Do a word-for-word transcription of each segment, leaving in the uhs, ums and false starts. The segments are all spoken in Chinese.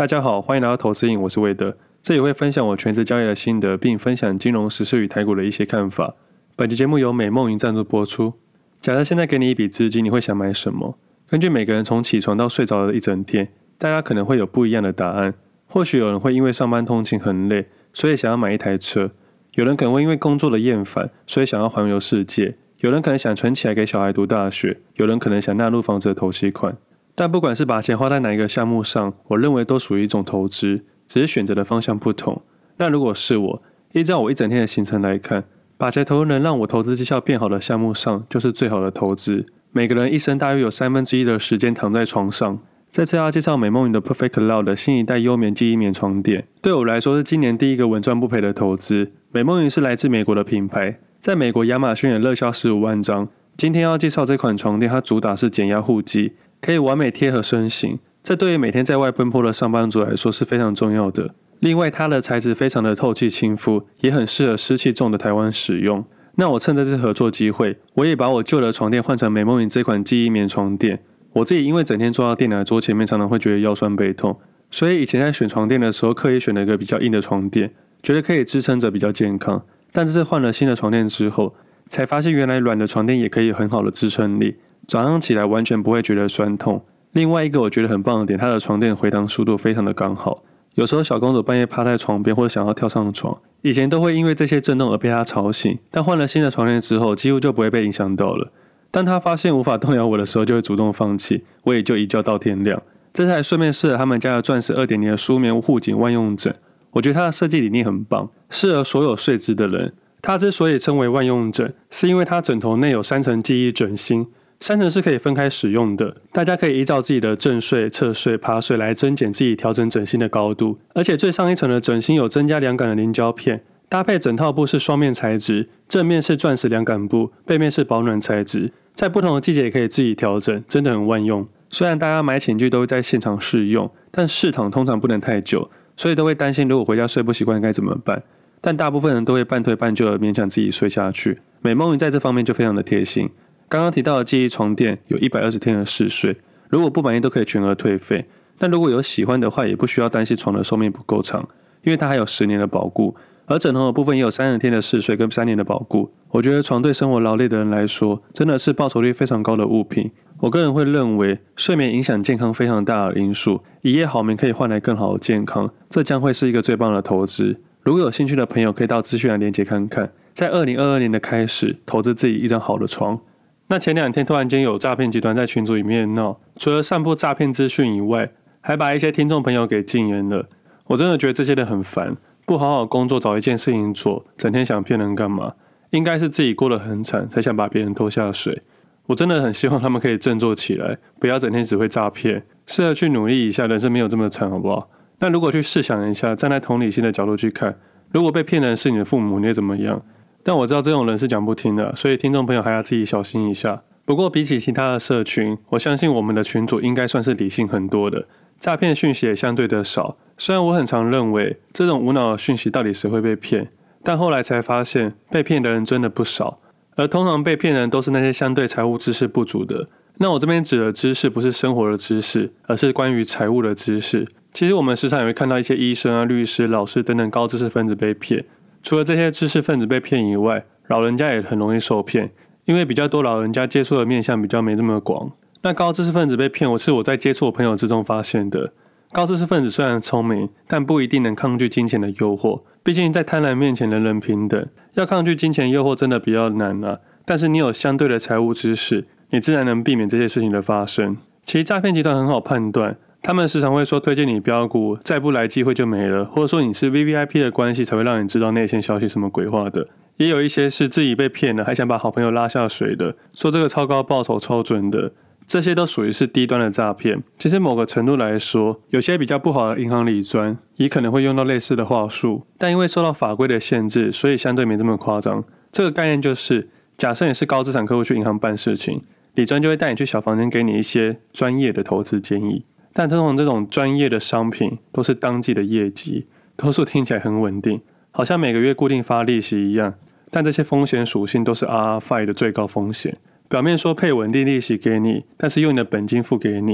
大家好，欢迎来到投资瘾，我是魏德，这里会分享我全职交易的心得，并分享金融时事与台股的一些看法。本期节目由美梦云赞助播出。假设现在给你一笔资金，你会想买什么？根据每个人从起床到睡着的一整天，大家可能会有不一样的答案。或许有人会因为上班通勤很累，所以想要买一台车；有人可能会因为工作的厌烦，所以想要环游世界；有人可能想存起来给小孩读大学；有人可能想纳入房子的头期款。但不管是把钱花在哪一个项目上，我认为都属于一种投资，只是选择的方向不同。那如果是我，依照我一整天的行程来看，把钱投入能让我投资绩效变好的项目上，就是最好的投资。每个人一生大约有三分之一的时间躺在床上。这次要介绍美梦云的 Perfect Cloud 的新一代优眠记忆棉床垫，对我来说是今年第一个稳赚不赔的投资。美梦云是来自美国的品牌，在美国亚马逊也热销十五万张。今天要介绍这款床垫，它主打是减压护肌，可以完美贴合身形，这对于每天在外奔波的上班族来说是非常重要的。另外，它的材质非常的透气亲肤，也很适合湿气重的台湾使用。那我趁这次合作机会，我也把我旧的床垫换成美梦云这款记忆棉床垫。我自己因为整天坐到电脑桌前面，常常会觉得腰酸背痛，所以以前在选床垫的时候，刻意选了一个比较硬的床垫，觉得可以支撑着比较健康。但这次换了新的床垫之后，才发现原来软的床垫也可以有很好的支撑力，早上起来完全不会觉得酸痛。另外一个我觉得很棒的点，它的床垫回弹速度非常的刚好。有时候小公主半夜趴在床边或者想要跳上床，以前都会因为这些震动而被她吵醒，但换了新的床垫之后，几乎就不会被影响到了。当她发现无法动摇我的时候，就会主动放弃，我也就一觉到天亮。这次还顺便试了他们家的钻石 二点零 的舒眠护颈万用枕，我觉得它的设计理念很棒，适合所有睡姿的人。它之所以称为万用枕，是因为它枕头内有三层记忆枕芯，三层是可以分开使用的，大家可以依照自己的正睡、侧睡、趴睡来增减自己调整枕芯的高度。而且最上一层的枕芯有增加凉感的凝胶片，搭配枕套布是双面材质，正面是钻石凉感布，背面是保暖材质，在不同的季节也可以自己调整，真的很万用。虽然大家买寝具都会在现场试用，但试躺通常不能太久，所以都会担心如果回家睡不习惯该怎么办。但大部分人都会半推半就的勉强自己睡下去。美梦云在这方面就非常的贴心。刚刚提到的记忆床垫有一百二十天的试睡，如果不满意都可以全额退费。但如果有喜欢的话，也不需要担心床的寿命不够长，因为它还有十年的保固。而枕头的部分也有三十天的试睡跟三年的保固。我觉得床对生活劳累的人来说，真的是报酬率非常高的物品。我个人会认为，睡眠影响健康非常大的因素，一夜好眠可以换来更好的健康，这将会是一个最棒的投资。如果有兴趣的朋友，可以到资讯栏连结看看，在二零二二年的开始，投资自己一张好的床。那前两天突然间有诈骗集团在群组里面闹，除了散布诈骗资讯以外，还把一些听众朋友给禁言了。我真的觉得这些人很烦，不好好工作找一件事情做，整天想骗人干嘛？应该是自己过得很惨，才想把别人拖下水。我真的很希望他们可以振作起来，不要整天只会诈骗，试着去努力一下，人生没有这么惨，好不好？那如果去试想一下，站在同理心的角度去看，如果被骗人是你的父母，你会怎么样？但我知道这种人是讲不听的，所以听众朋友还要自己小心一下。不过比起其他的社群，我相信我们的群组应该算是理性很多的，诈骗讯息也相对的少。虽然我很常认为这种无脑的讯息到底谁会被骗，但后来才发现被骗的人真的不少，而通常被骗的人都是那些相对财务知识不足的。那我这边指的知识不是生活的知识，而是关于财务的知识。其实我们时常也会看到一些医生啊、律师、老师等等高知识分子被骗。除了这些知识分子被骗以外，老人家也很容易受骗，因为比较多老人家接触的面向比较没这么广。那高知识分子被骗，我是我在接触我朋友之中发现的。高知识分子虽然聪明，但不一定能抗拒金钱的诱惑。毕竟在贪婪面前人人平等，要抗拒金钱诱惑真的比较难啊。但是你有相对的财务知识，你自然能避免这些事情的发生。其实诈骗集团很好判断，他们时常会说推荐你标股，再不来机会就没了，或者说你是 V V I P 的关系才会让你知道内线消息什么鬼话的。也有一些是自己被骗了，还想把好朋友拉下水的，说这个超高报酬超准的，这些都属于是低端的诈骗。其实某个程度来说，有些比较不好的银行理专也可能会用到类似的话术，但因为受到法规的限制，所以相对没这么夸张。这个概念就是，假设你是高资产客户去银行办事情，理专就会带你去小房间给你一些专业的投资建议。但通常这种专业的商品都是当季的业绩，多数听起来很稳定，好像每个月固定发利息一样，但这些风险属性都是 R R 五 的最高风险。表面说配稳定利息给你，但是用你的本金付给你，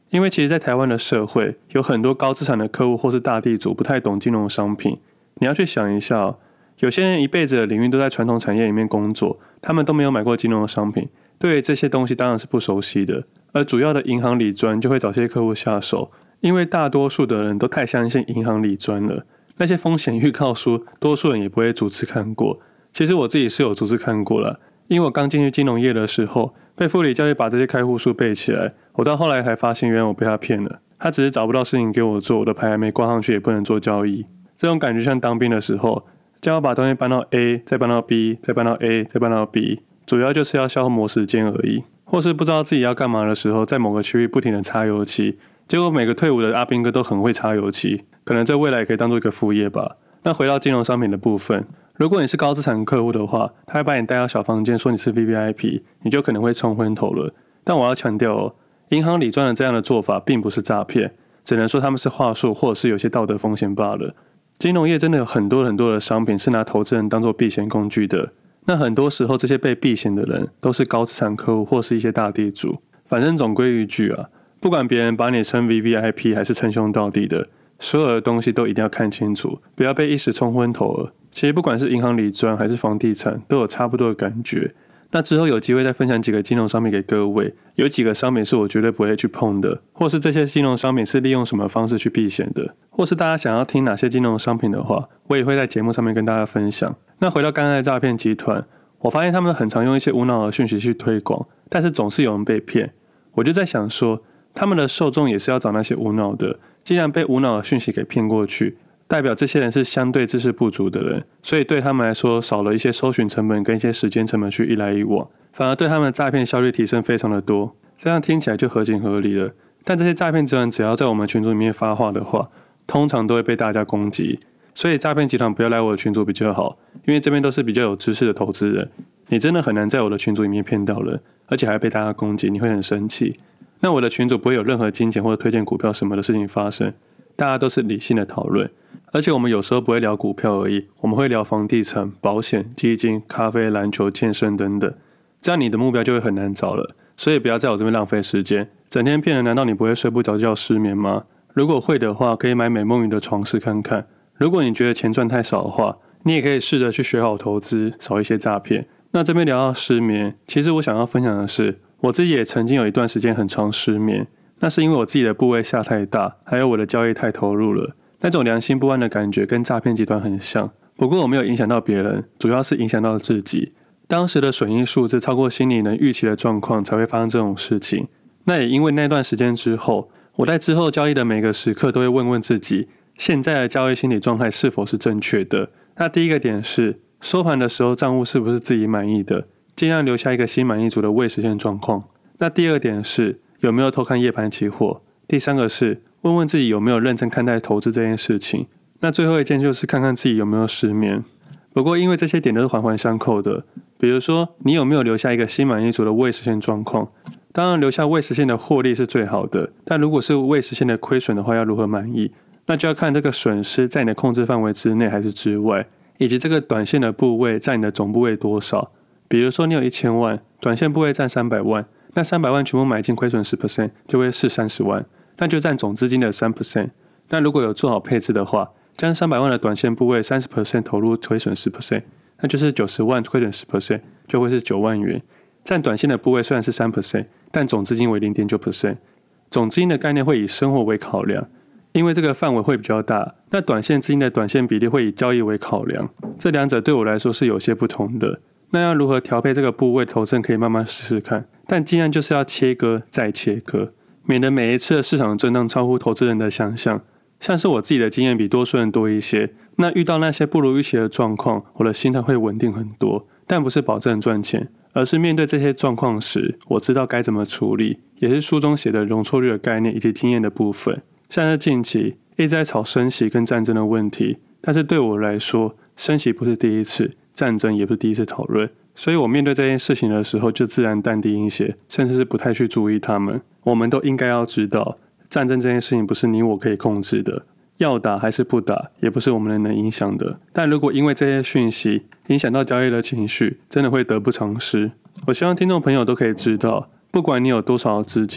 因为其实在台湾的社会，有很多高资产的客户或是大地主不太懂金融商品。你要去想一下哦，有些人一辈子的领域都在传统产业里面工作，他们都没有买过金融商品，对于这些东西当然是不熟悉的。而主要的银行理专就会找这些客户下手，因为大多数的人都太相信银行理专了，那些风险预告书，多数人也不会逐字看过。其实我自己是有逐字看过了，因为我刚进去金融业的时候，被副理教育把这些开户数背起来，我到后来才发现原来我被他骗了，他只是找不到事情给我做，我的牌还没挂上去也不能做交易。这种感觉像当兵的时候，叫我把东西搬到 A， 再搬到 B， 再搬到 A， 再搬到 B， 主要就是要消磨时间而已。或是不知道自己要干嘛的时候，在某个区域不停的擦油漆，结果每个退伍的阿兵哥都很会擦油漆，可能在未来也可以当做一个副业吧。那回到金融商品的部分，如果你是高资产客户的话，他会把你带到小房间说你是 V V I P， 你就可能会冲昏头了。但我要强调哦，银行理专的这样的做法并不是诈骗，只能说他们是话术或者是有些道德风险罢了。金融业真的有很多很多的商品是拿投资人当作避险工具的，那很多时候这些被避险的人都是高资产客户或是一些大地主。反正总归一句啊，不管别人把你称 V V I P 还是称兄道弟的，所有的东西都一定要看清楚，不要被一时冲昏头了。其实不管是银行理专还是房地产，都有差不多的感觉。那之后有机会再分享几个金融商品给各位，有几个商品是我绝对不会去碰的，或是这些金融商品是利用什么方式去避险的，或是大家想要听哪些金融商品的话，我也会在节目上面跟大家分享。那回到刚才的诈骗集团，我发现他们很常用一些无脑的讯息去推广，但是总是有人被骗。我就在想说，他们的受众也是要找那些无脑的，既然被无脑的讯息给骗过去，代表这些人是相对知识不足的人，所以对他们来说少了一些搜寻成本跟一些时间成本去一来一往，反而对他们的诈骗效率提升非常的多。这样听起来就合情合理了。但这些诈骗集团只要在我们群组里面发话的话，通常都会被大家攻击，所以诈骗集团不要来我的群组比较好，因为这边都是比较有知识的投资人，你真的很难在我的群组里面骗到人，而且还被大家攻击，你会很生气。那我的群组不会有任何金钱或者推荐股票什么的事情发生，大家都是理性的讨论，而且我们有时候不会聊股票而已，我们会聊房地产、保险、基金、咖啡、篮球、健身等等，这样你的目标就会很难找了。所以不要在我这边浪费时间，整天骗人，难道你不会睡不着觉失眠吗？如果会的话，可以买美梦云的床试看看。如果你觉得钱赚太少的话，你也可以试着去学好投资，少一些诈骗。那这边聊到失眠，其实我想要分享的是，我自己也曾经有一段时间很常失眠，那是因为我自己的部位下太大，还有我的交易太投入了，那种良心不安的感觉跟诈骗集团很像。不过我没有影响到别人，主要是影响到自己。当时的损益数字超过心里能预期的状况，才会发生这种事情。那也因为那段时间之后，我在之后交易的每个时刻都会问问自己，现在的交易心理状态是否是正确的。那第一个点是，收盘的时候账户是不是自己满意的，尽量留下一个心满意足的未实现状况。那第二点是，有没有偷看夜盘期货。第三个是，问问自己有没有认真看待投资这件事情。那最后一件就是看看自己有没有失眠。不过因为这些点都是环环相扣的，比如说你有没有留下一个心满意足的未实现状况。当然留下未实现的获利是最好的，但如果是未实现的亏损的话，要如何满意，那就要看这个损失在你的控制范围之内还是之外，以及这个短线的部位在你的总部位多少。比如说你有一千万，短线部位占三百万，那三百万全部买进亏损 百分之十 就会是三十万，那就占总资金的 百分之三。 那如果有做好配置的话，将三百万的短线部位 百分之三十 投入亏损 百分之十， 那就是九十万亏损 百分之十， 就会是九万元。占短线的部位虽然是 百分之三， 但总资金为 百分之零点九。 总资金的概念会以生活为考量，因为这个范围会比较大，那短线资金的短线比例会以交易为考量，这两者对我来说是有些不同的。那要如何调配这个部位，投资人可以慢慢试试看，但尽量就是要切割再切割，免得每一次的市场震荡超乎投资人的想象。像是我自己的经验比多数人多一些，那遇到那些不如预期的状况，我的心态会稳定很多，但不是保证赚钱，而是面对这些状况时，我知道该怎么处理，也是书中写的容错率的概念以及经验的部分。像是近期一直在吵升息跟战争的问题，但是对我来说，升息不是第一次，战争也不是第一次讨论，所以我面对这件事情的时候就自然淡定一些，甚至是不太去注意他们。我们都应该要知道，战争这件事情不是你我可以控制的，要打还是不打也不是我们能影响的。但如果因为这些讯息影响到交易的情绪，真的会得不偿失。我希望听众朋友都可以知道，不管你有多少资金，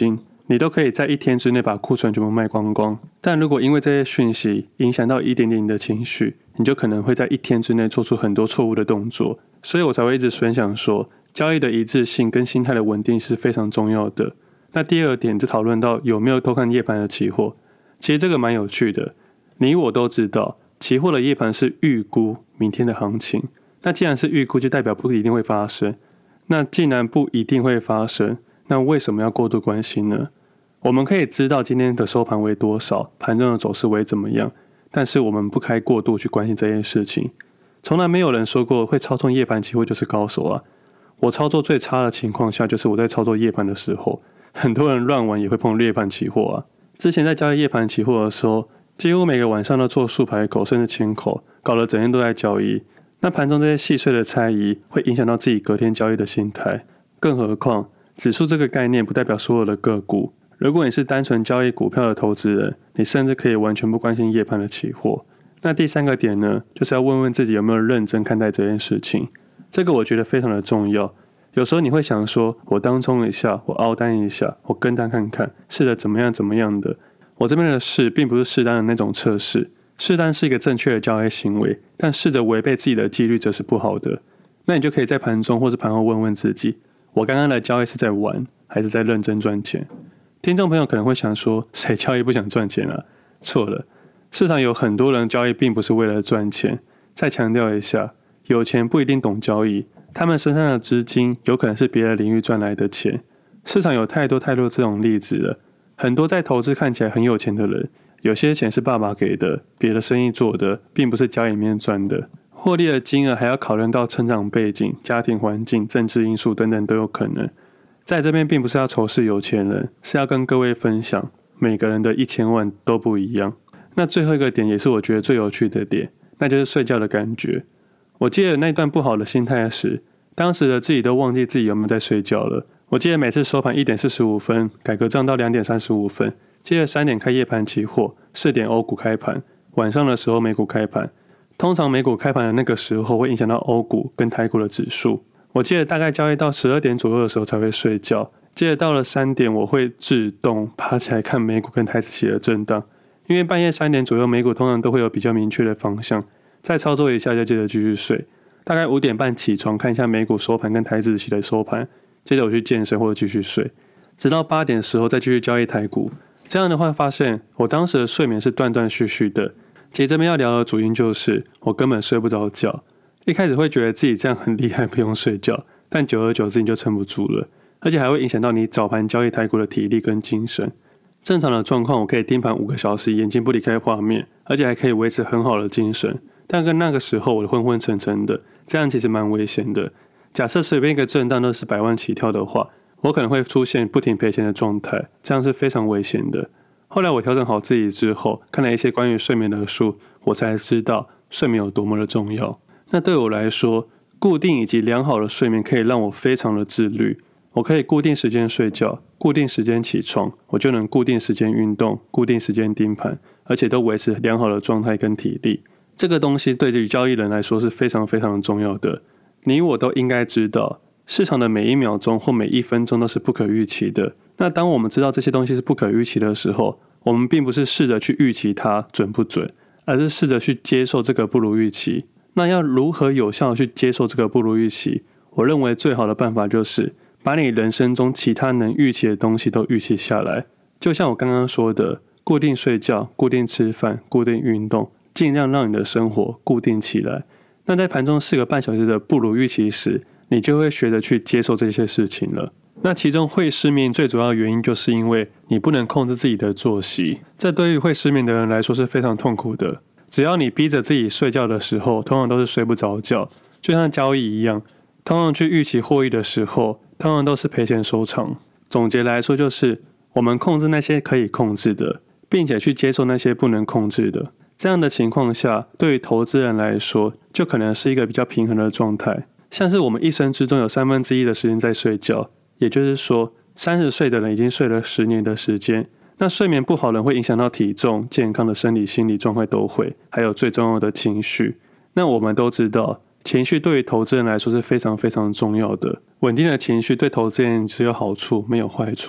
你都可以在一天之内把库存全部卖光光。但如果因为这些讯息影响到一点点你的情绪，你就可能会在一天之内做出很多错误的动作。所以我才会一直分享说，交易的一致性跟心态的稳定是非常重要的。那第二点就讨论到有没有偷看夜盘的期货。其实这个蛮有趣的，你我都知道期货的夜盘是预估明天的行情，那既然是预估就代表不一定会发生，那既然不一定会发生，那为什么要过度关心呢？我们可以知道今天的收盘为多少，盘中的走势为怎么样，但是我们不该过度去关心这件事情。从来没有人说过会操纵夜盘期货就是高手啊。我操作最差的情况下就是我在操作夜盘的时候，很多人乱玩也会碰夜盘期货啊。之前在交易夜盘期货的时候，几乎每个晚上都做数排口甚至千口，搞得整天都在交易。那盘中这些细碎的猜疑会影响到自己隔天交易的心态，更何况指数这个概念不代表所有的个股。如果你是单纯交易股票的投资人，你甚至可以完全不关心夜盘的期货。那第三个点呢，就是要问问自己有没有认真看待这件事情。这个我觉得非常的重要。有时候你会想说，我当冲一下，我凹单一下，我跟单看看，试的怎么样怎么样的。我这边的试并不是试单的那种测试，试单是一个正确的交易行为，但试着违背自己的纪律则是不好的。那你就可以在盘中或是盘后问问自己，我刚刚的交易是在玩，还是在认真赚钱？听众朋友可能会想说，谁交易不想赚钱啊？错了，市场有很多人交易并不是为了赚钱。再强调一下，有钱不一定懂交易，他们身上的资金有可能是别的领域赚来的钱。市场有太多太多这种例子了，很多在投资看起来很有钱的人，有些钱是爸爸给的，别的生意做的，并不是家里面赚的。获利的金额还要考虑到成长背景、家庭环境、政治因素等等都有可能。在这边并不是要仇视有钱人，是要跟各位分享，每个人的一千万都不一样。那最后一个点也是我觉得最有趣的点，那就是睡觉的感觉。我记得那段不好的心态时，当时的自己都忘记自己有没有在睡觉了。我记得每次收盘一点四十五分，改革账到两点三十五分，接着三点开夜盘期货，四点欧股开盘，晚上的时候美股开盘。通常美股开盘的那个时候会影响到欧股跟台股的指数。我记得大概交易到十二点左右的时候才会睡觉，接着到了三点我会自动爬起来看美股跟台指期的震荡，因为半夜三点左右美股通常都会有比较明确的方向，再操作一下就接着继续睡。大概五点半起床看一下美股收盘跟台指期的收盘，接着我去健身或者继续睡，直到八点的时候再继续交易台股。这样的话发现我当时的睡眠是断断续续的。其实这边要聊的主因就是我根本睡不着觉。一开始会觉得自己这样很厉害，不用睡觉，但久而久之你就撑不住了，而且还会影响到你早盘交易台股的体力跟精神。正常的状况我可以盯盘五个小时，眼睛不离开画面，而且还可以维持很好的精神，但跟那个时候我的昏昏沉沉的，这样其实蛮危险的。假设随便一个震荡都是百万起跳的话，我可能会出现不停赔钱的状态，这样是非常危险的。后来我调整好自己之后，看了一些关于睡眠的书，我才知道睡眠有多么的重要。那对我来说，固定以及良好的睡眠可以让我非常的自律。我可以固定时间睡觉，固定时间起床，我就能固定时间运动，固定时间盯盘，而且都维持良好的状态跟体力。这个东西对于交易人来说是非常非常重要的。你我都应该知道，市场的每一秒钟或每一分钟都是不可预期的。那当我们知道这些东西是不可预期的时候，我们并不是试着去预期它准不准，而是试着去接受这个不如预期。那要如何有效的去接受这个不如预期？我认为最好的办法就是把你人生中其他能预期的东西都预期下来。就像我刚刚说的，固定睡觉、固定吃饭、固定运动，尽量让你的生活固定起来。那在盘中四个半小时的不如预期时，你就会学着去接受这些事情了。那其中会失眠最主要的原因就是因为你不能控制自己的作息，这对于会失眠的人来说是非常痛苦的。只要你逼着自己睡觉的时候，通常都是睡不着觉，就像交易一样，通常去预期获益的时候，通常都是赔钱收场。总结来说就是，我们控制那些可以控制的，并且去接受那些不能控制的。这样的情况下，对于投资人来说，就可能是一个比较平衡的状态。像是我们一生之中有三分之一的时间在睡觉，也就是说，三十岁的人已经睡了十年的时间。那睡眠不好的人会影响到体重、健康的生理、心理状态都会，还有最重要的情绪。那我们都知道，情绪对于投资人来说是非常非常重要的。稳定的情绪对投资人只有好处，没有坏处。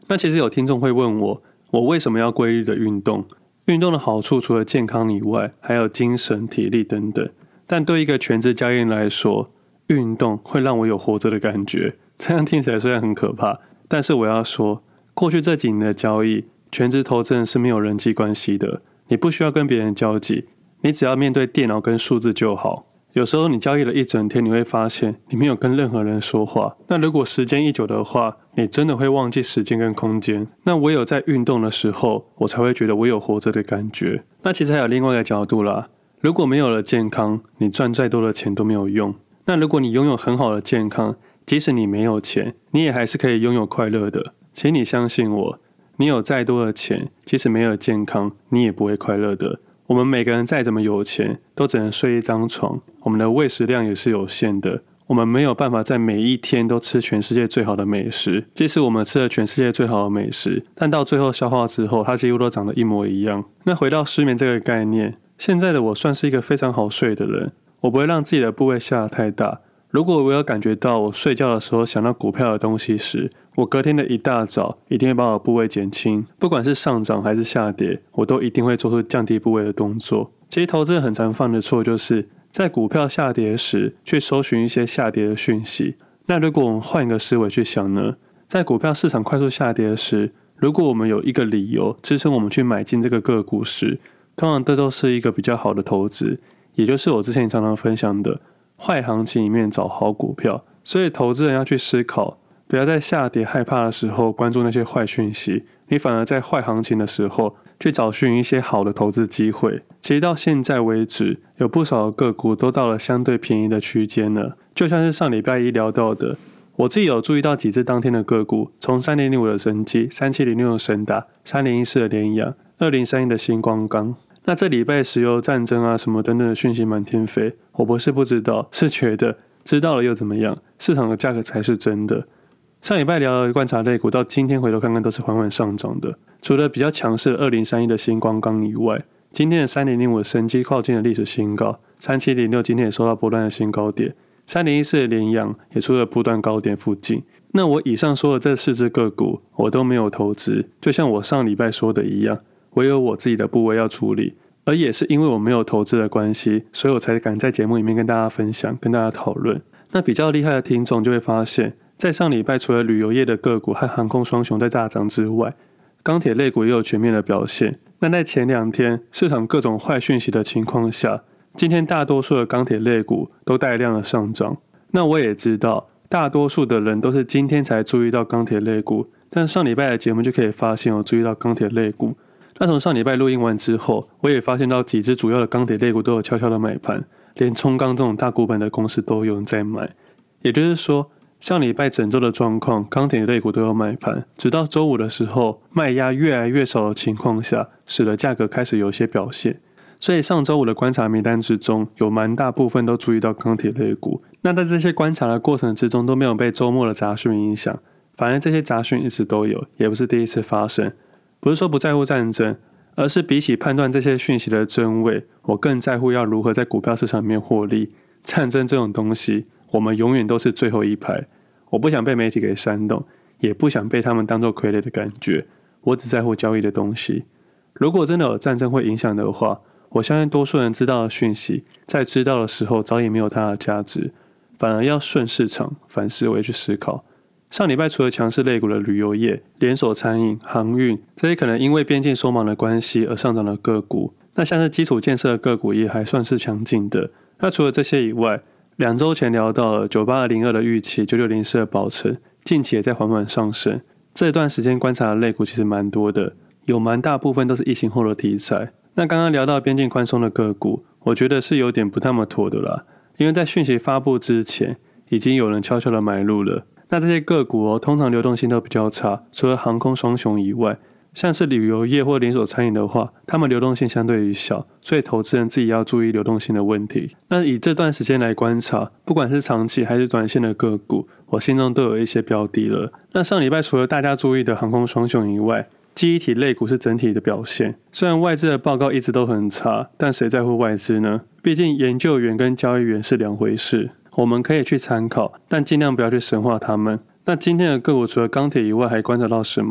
那其实有听众会问我，我为什么要规律的运动？运动的好处除了健康以外，还有精神、体力等等。但对一个全职交易人来说，运动会让我有活着的感觉。这样听起来虽然很可怕，但是我要说，过去这几年的交易，全职投资人是没有人际关系的，你不需要跟别人交集，你只要面对电脑跟数字就好。有时候你交易了一整天，你会发现你没有跟任何人说话。那如果时间一久的话，你真的会忘记时间跟空间。那唯有在运动的时候，我才会觉得我有活着的感觉。那其实还有另外一个角度啦，如果没有了健康，你赚再多的钱都没有用。那如果你拥有很好的健康，即使你没有钱，你也还是可以拥有快乐的。请你相信我，你有再多的钱，即使没有健康，你也不会快乐的。我们每个人再怎么有钱，都只能睡一张床，我们的胃食量也是有限的，我们没有办法在每一天都吃全世界最好的美食。即使我们吃了全世界最好的美食，但到最后消化之后，它几乎都长得一模一样。那回到失眠这个概念，现在的我算是一个非常好睡的人，我不会让自己的部位下得太大。如果我有感觉到我睡觉的时候想到股票的东西时，我隔天的一大早一定会把我的部位减轻，不管是上涨还是下跌，我都一定会做出降低部位的动作。其实投资人很常犯的错就是在股票下跌时去搜寻一些下跌的讯息。那如果我们换一个思维去想呢，在股票市场快速下跌时，如果我们有一个理由支撑我们去买进这个个股时，通常这都是一个比较好的投资，也就是我之前常常分享的坏行情里面找好股票。所以投资人要去思考，不要在下跌害怕的时候关注那些坏讯息，你反而在坏行情的时候去找寻一些好的投资机会。其实到现在为止，有不少的个股都到了相对便宜的区间了，就像是上礼拜一聊到的，我自己有注意到几只当天的个股，从三零零五的神基、三七零六的神达、三零一四的联阳、二零三一的星光钢。那这礼拜石油战争啊什么等等的讯息满天飞，我不是不知道，是觉得知道了又怎么样？市场的价格才是真的。上礼拜聊的观察类股，到今天回头看看都是缓缓上涨的。除了比较强势的二零三一的星光钢以外，今天的三零零五的神基靠近了历史新高，三七零六今天也收到波段的新高点，三零一四的联阳也出了波段高点附近。那我以上说的这四只个股，我都没有投资，就像我上礼拜说的一样，唯有我自己的部位要处理。而也是因为我没有投资的关系，所以我才敢在节目里面跟大家分享，跟大家讨论。那比较厉害的听众就会发现，在上礼拜除了旅游业的个股和航空双雄在大涨之外，钢铁类股也有全面的表现。那在前两天市场各种坏讯息的情况下，今天大多数的钢铁类股都带量的上涨。那我也知道大多数的人都是今天才注意到钢铁类股，但上礼拜的节目就可以发现我注意到钢铁类股。那从上礼拜录音完之后，我也发现到几只主要的钢铁类股都有悄悄的买盘，连冲钢这种大股本的公司都有人在买。也就是说，上礼拜整周的状况，钢铁类股都有买盘，直到周五的时候，卖压越来越少的情况下，使得价格开始有些表现。所以上周五的观察名单之中，有蛮大部分都注意到钢铁类股。那在这些观察的过程之中，都没有被周末的杂讯影响，反正这些杂讯一直都有，也不是第一次发生。不是说不在乎战争，而是比起判断这些讯息的真伪，我更在乎要如何在股票市场里面获利。战争这种东西，我们永远都是最后一排。我不想被媒体给煽动，也不想被他们当作傀儡的感觉。我只在乎交易的东西。如果真的有战争会影响的话，我相信多数人知道的讯息，在知道的时候早已没有它的价值，反而要顺市场、反思维去思考。上礼拜除了强势类股的旅游业、连锁餐饮、航运这些可能因为边境收忙的关系而上涨的个股，那像是基础建设的个股也还算是强劲的。那除了这些以外，两周前聊到了九八二零二的预期、九九零四的宝成，近期也在缓缓上升。这段时间观察的类股其实蛮多的，有蛮大部分都是疫情后的题材。那刚刚聊到边境宽松的个股，我觉得是有点不那么妥的啦，因为在讯息发布之前，已经有人悄悄的买入了。那这些个股哦，通常流动性都比较差，除了航空双雄以外，像是旅游业或连锁餐饮的话，他们流动性相对于小，所以投资人自己要注意流动性的问题。那以这段时间来观察，不管是长期还是短线的个股，我心中都有一些标的了。那上礼拜除了大家注意的航空双雄以外，记忆体类股是整体的表现。虽然外资的报告一直都很差，但谁在乎外资呢？毕竟研究员跟交易员是两回事。我们可以去参考，但尽量不要去神化他们。那今天的个股除了钢铁以外，还观察到什么？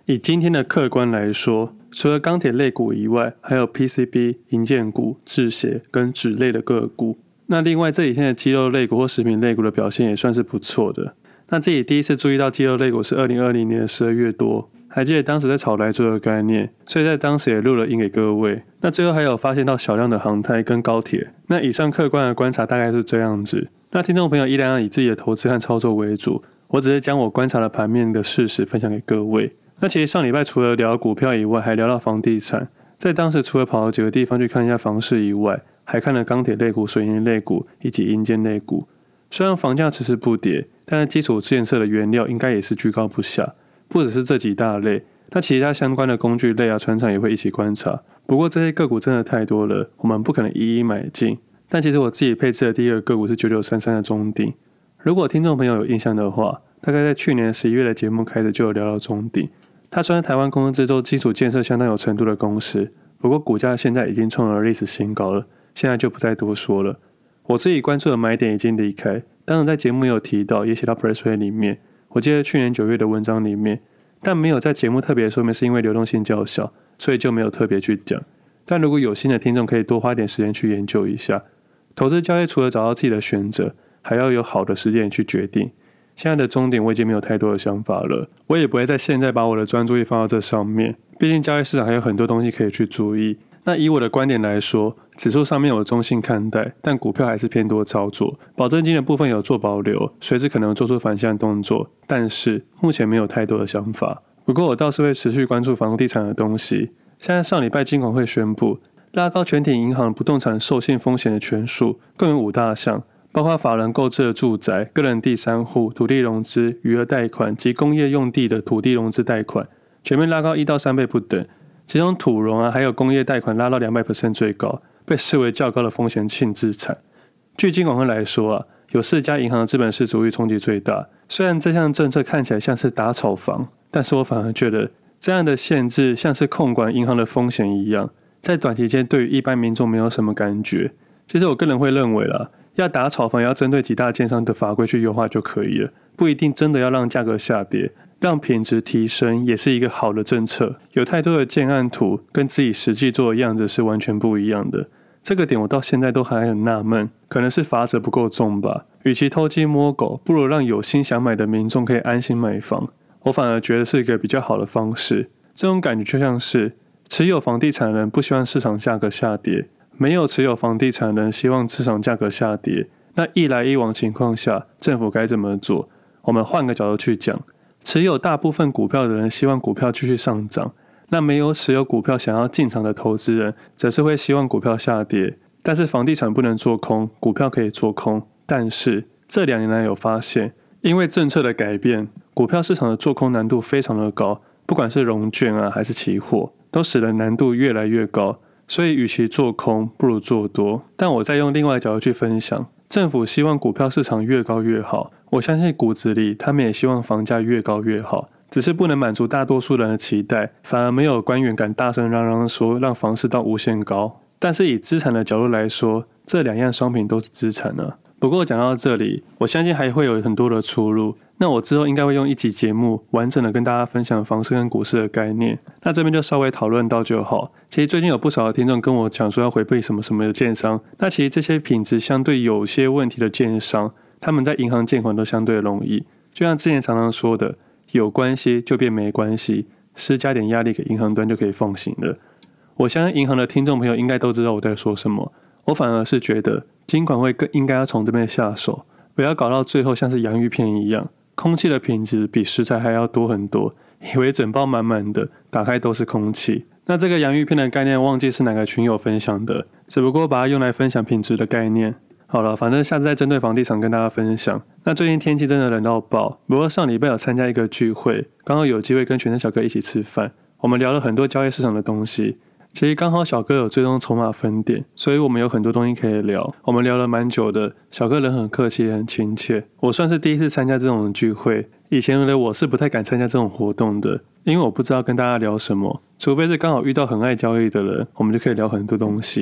以今天的客观来说，除了钢铁类股以外，还有 P C B、营建股、制鞋跟纸类的个股。那另外这几天的肌肉类股或食品类股的表现也算是不错的。那自己第一次注意到肌肉类股是二零二零年的十二月多，还记得当时在炒来做的概念，所以在当时也录了音给各位。那最后还有发现到小量的航太跟高铁。那以上客观的观察大概是这样子。那听众朋友依然要以自己的投资和操作为主，我只是将我观察的盘面的事实分享给各位。那其实上礼拜除了聊股票以外，还聊到房地产。在当时除了跑到几个地方去看一下房市以外，还看了钢铁类股、水泥类股以及营建类股。虽然房价迟迟不跌，但是基础建设的原料应该也是居高不下。不只是这几大类，那其他相关的工具类啊、传产也会一起观察。不过这些个股真的太多了，我们不可能一一买进。但其实我自己配置的第一个个股是九九三三的中鼎。如果听众朋友有印象的话，大概在去年十一月的节目开始就有聊到中鼎。它虽然台湾公司制作基础建设相当有程度的公司，不过股价现在已经创了历史新高了，现在就不再多说了。我自己关注的买点已经离开，当然在节目也有提到，也写到 Press Release 里面，我记得去年九月的文章里面，但没有在节目特别说明是因为流动性较小，所以就没有特别去讲。但如果有心的听众可以多花点时间去研究一下。投资交易除了找到自己的选择，还要有好的时间去决定。现在的终点我已经没有太多的想法了，我也不会在现在把我的专注力放到这上面，毕竟交易市场还有很多东西可以去注意。那以我的观点来说，指数上面我中性看待，但股票还是偏多操作。保证金的部分有做保留，随时可能做出反向动作，但是目前没有太多的想法。不过我倒是会持续关注房地产的东西。现在上礼拜金管会宣布拉高全体银行不动产授信风险的权数，共有五大项，包括法人购置的住宅、个人第三户、土地融资、余额贷款及工业用地的土地融资贷款，全面拉高一到三倍不等。其中土融啊，还有工业贷款拉到 百分之两百 最高，被视为较高的风险性资产。据金管会来说啊，有四家银行的资本市足率冲击最大。虽然这项政策看起来像是打炒房，但是我反而觉得这样的限制像是控管银行的风险一样，在短期间对于一般民众没有什么感觉。其实我个人会认为啦，要打炒房也要针对几大建商的法规去优化就可以了，不一定真的要让价格下跌。让品质提升也是一个好的政策，有太多的建案图跟自己实际做的样子是完全不一样的。这个点我到现在都还很纳闷，可能是罚则不够重吧。与其偷鸡摸狗，不如让有心想买的民众可以安心买房。我反而觉得是一个比较好的方式。这种感觉就像是持有房地产人不希望市场价格下跌，没有持有房地产人希望市场价格下跌。那一来一往情况下，政府该怎么做？我们换个角度去讲。持有大部分股票的人希望股票继续上涨，那没有持有股票想要进场的投资人则是会希望股票下跌。但是房地产不能做空，股票可以做空。但是这两年来有发现，因为政策的改变，股票市场的做空难度非常的高，不管是融券啊还是期货，都使得难度越来越高。所以与其做空，不如做多。但我再用另外的角度去分享，政府希望股票市场越高越好，我相信骨子里他们也希望房价越高越好，只是不能满足大多数人的期待，反而没有官员敢大声嚷嚷说让房市到无限高。但是以资产的角度来说，这两样商品都是资产啊。不过讲到这里，我相信还会有很多的出入。那我之后应该会用一集节目完整的跟大家分享房市跟股市的概念，那这边就稍微讨论到就好。其实最近有不少的听众跟我讲说要回避什么什么的建商，那其实这些品质相对有些问题的建商，他们在银行借款都相对容易，就像之前常常说的，有关系就变没关系，施加点压力给银行端就可以放行了。我相信银行的听众朋友应该都知道我在说什么，我反而是觉得金管会更应该要从这边下手，不要搞到最后像是洋芋片一样，空气的品质比食材还要多很多，以为整包满满的，打开都是空气。那这个洋芋片的概念忘记是哪个群友分享的，只不过把它用来分享品质的概念。好了，反正下次再针对房地产跟大家分享。那最近天气真的冷到爆，不过上礼拜有参加一个聚会，刚好有机会跟全身小哥一起吃饭，我们聊了很多交易市场的东西。其实刚好小哥有追踪筹码分点，所以我们有很多东西可以聊。我们聊了蛮久的，小哥人很客气也很亲切。我算是第一次参加这种聚会，以前的我是不太敢参加这种活动的，因为我不知道跟大家聊什么，除非是刚好遇到很爱交易的人，我们就可以聊很多东西。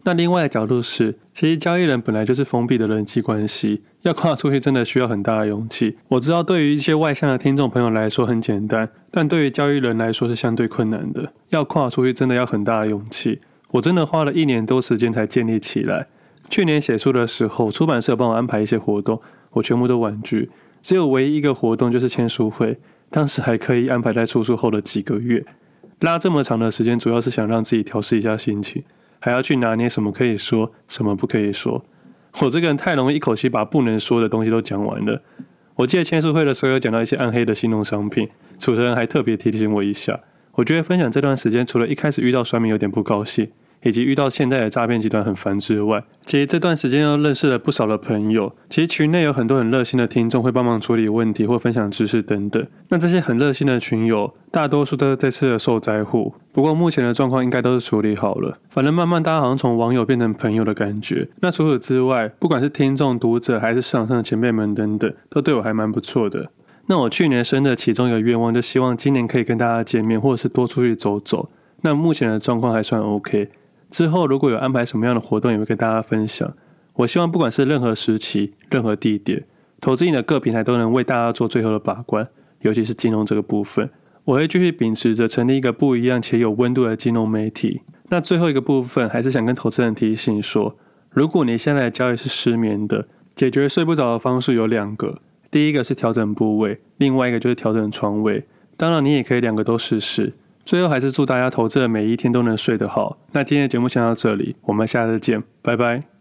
那另外的角度是，其实交易人本来就是封闭的人际关系，要跨出去真的需要很大的勇气。我知道对于一些外向的听众朋友来说很简单，但对于交易人来说是相对困难的。要跨出去真的要很大的勇气，我真的花了一年多时间才建立起来。去年写书的时候，出版社帮我安排一些活动，我全部都婉拒，只有唯一一个活动就是签书会，当时还可以安排在出书后的几个月。拉这么长的时间，主要是想让自己调试一下心情，还要去拿捏什么可以说，什么不可以说。我这个人太容易一口气把不能说的东西都讲完了。我记得签书会的时候有讲到一些暗黑的新农商品，主持人还特别提醒我一下。我觉得分享这段时间，除了一开始遇到酸民有点不高兴，以及遇到现在的诈骗集团很烦之外，其实这段时间又认识了不少的朋友。其实群内有很多很热心的听众会帮忙处理问题或分享知识等等。那这些很热心的群友，大多数都是这次的受灾户。不过目前的状况应该都是处理好了。反正慢慢大家好像从网友变成朋友的感觉。那除此之外，不管是听众、读者还是市场上的前辈们等等，都对我还蛮不错的。那我去年生的其中一个愿望，就希望今年可以跟大家见面，或者是多出去走走。那目前的状况还算 OK。之后如果有安排什么样的活动，也会跟大家分享。我希望不管是任何时期、任何地点，投资型的各平台都能为大家做最后的把关，尤其是金融这个部分。我会继续秉持着成立一个不一样且有温度的金融媒体。那最后一个部分，还是想跟投资人提醒说，如果你现在的交易是失眠的，解决睡不着的方式有两个。第一个是调整部位，另外一个就是调整床位。当然你也可以两个都试试。最后还是祝大家投资的每一天都能睡得好。那今天的节目先到这里，我们下次见，拜拜。